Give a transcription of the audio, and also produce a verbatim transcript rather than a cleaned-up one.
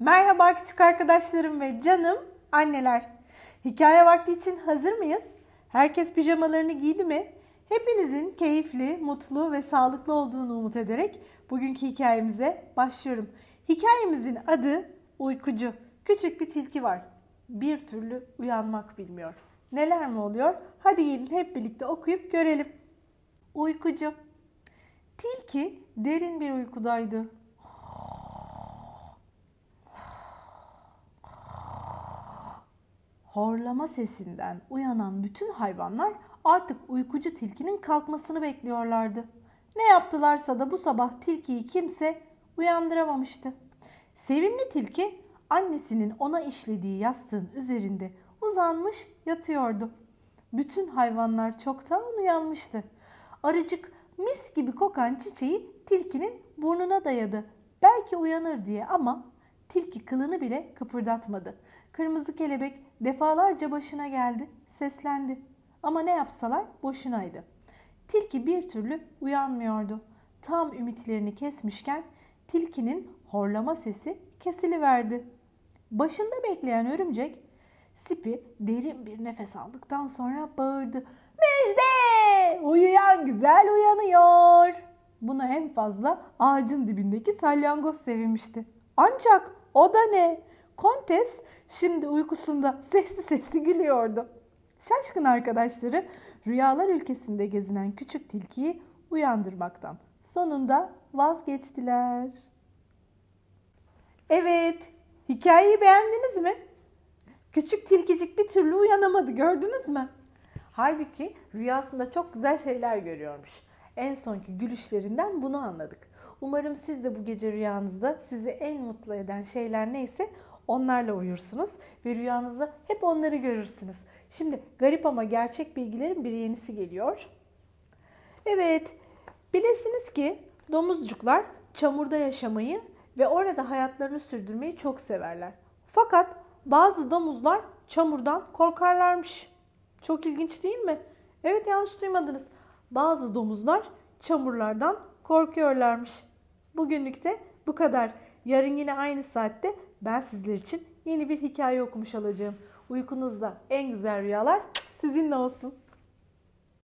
Merhaba küçük arkadaşlarım ve canım anneler. Hikaye vakti için hazır mıyız? Herkes pijamalarını giydi mi? Hepinizin keyifli, mutlu ve sağlıklı olduğunu umut ederek bugünkü hikayemize başlıyorum. Hikayemizin adı Uykucu. Küçük bir tilki var. Bir türlü uyanmak bilmiyor. Neler mi oluyor? Hadi gelin hep birlikte okuyup görelim. Uykucu. Tilki derin bir uykudaydı. Horlama sesinden uyanan bütün hayvanlar artık uykucu tilkinin kalkmasını bekliyorlardı. Ne yaptılarsa da bu sabah tilkiyi kimse uyandıramamıştı. Sevimli tilki annesinin ona işlediği yastığın üzerinde uzanmış yatıyordu. Bütün hayvanlar çoktan uyanmıştı. Arıcık mis gibi kokan çiçeği tilkinin burnuna dayadı. Belki uyanır diye ama tilki kılını bile kıpırdatmadı. Kırmızı kelebek defalarca başına geldi, seslendi. Ama ne yapsalar boşunaydı. Tilki bir türlü uyanmıyordu. Tam ümitlerini kesmişken tilkinin horlama sesi kesiliverdi. Başında bekleyen örümcek Sipi derin bir nefes aldıktan sonra bağırdı. Müjde! Uyuyan güzel uyanıyor. Buna en fazla ağacın dibindeki salyangoz sevinmişti. Ancak o da ne? Kontes şimdi uykusunda sesli sesli gülüyordu. Şaşkın arkadaşları rüyalar ülkesinde gezinen küçük tilkiyi uyandırmaktan sonunda vazgeçtiler. Evet, hikayeyi beğendiniz mi? Küçük tilkicik bir türlü uyanamadı, gördünüz mü? Halbuki rüyasında çok güzel şeyler görüyormuş. En sonki gülüşlerinden bunu anladık. Umarım siz de bu gece rüyanızda sizi en mutlu eden şeyler neyse onlarla uyursunuz ve rüyanızda hep onları görürsünüz. Şimdi garip ama gerçek bilgilerin bir yenisi geliyor. Evet, bilirsiniz ki domuzcuklar çamurda yaşamayı ve orada hayatlarını sürdürmeyi çok severler. Fakat bazı domuzlar çamurdan korkarlarmış. Çok ilginç değil mi? Evet, yanlış duymadınız. Bazı domuzlar çamurlardan korkuyorlarmış. Bugünlük de bu kadar. Yarın yine aynı saatte ben sizler için yeni bir hikaye okumuş olacağım. Uykunuzda en güzel rüyalar sizinle olsun.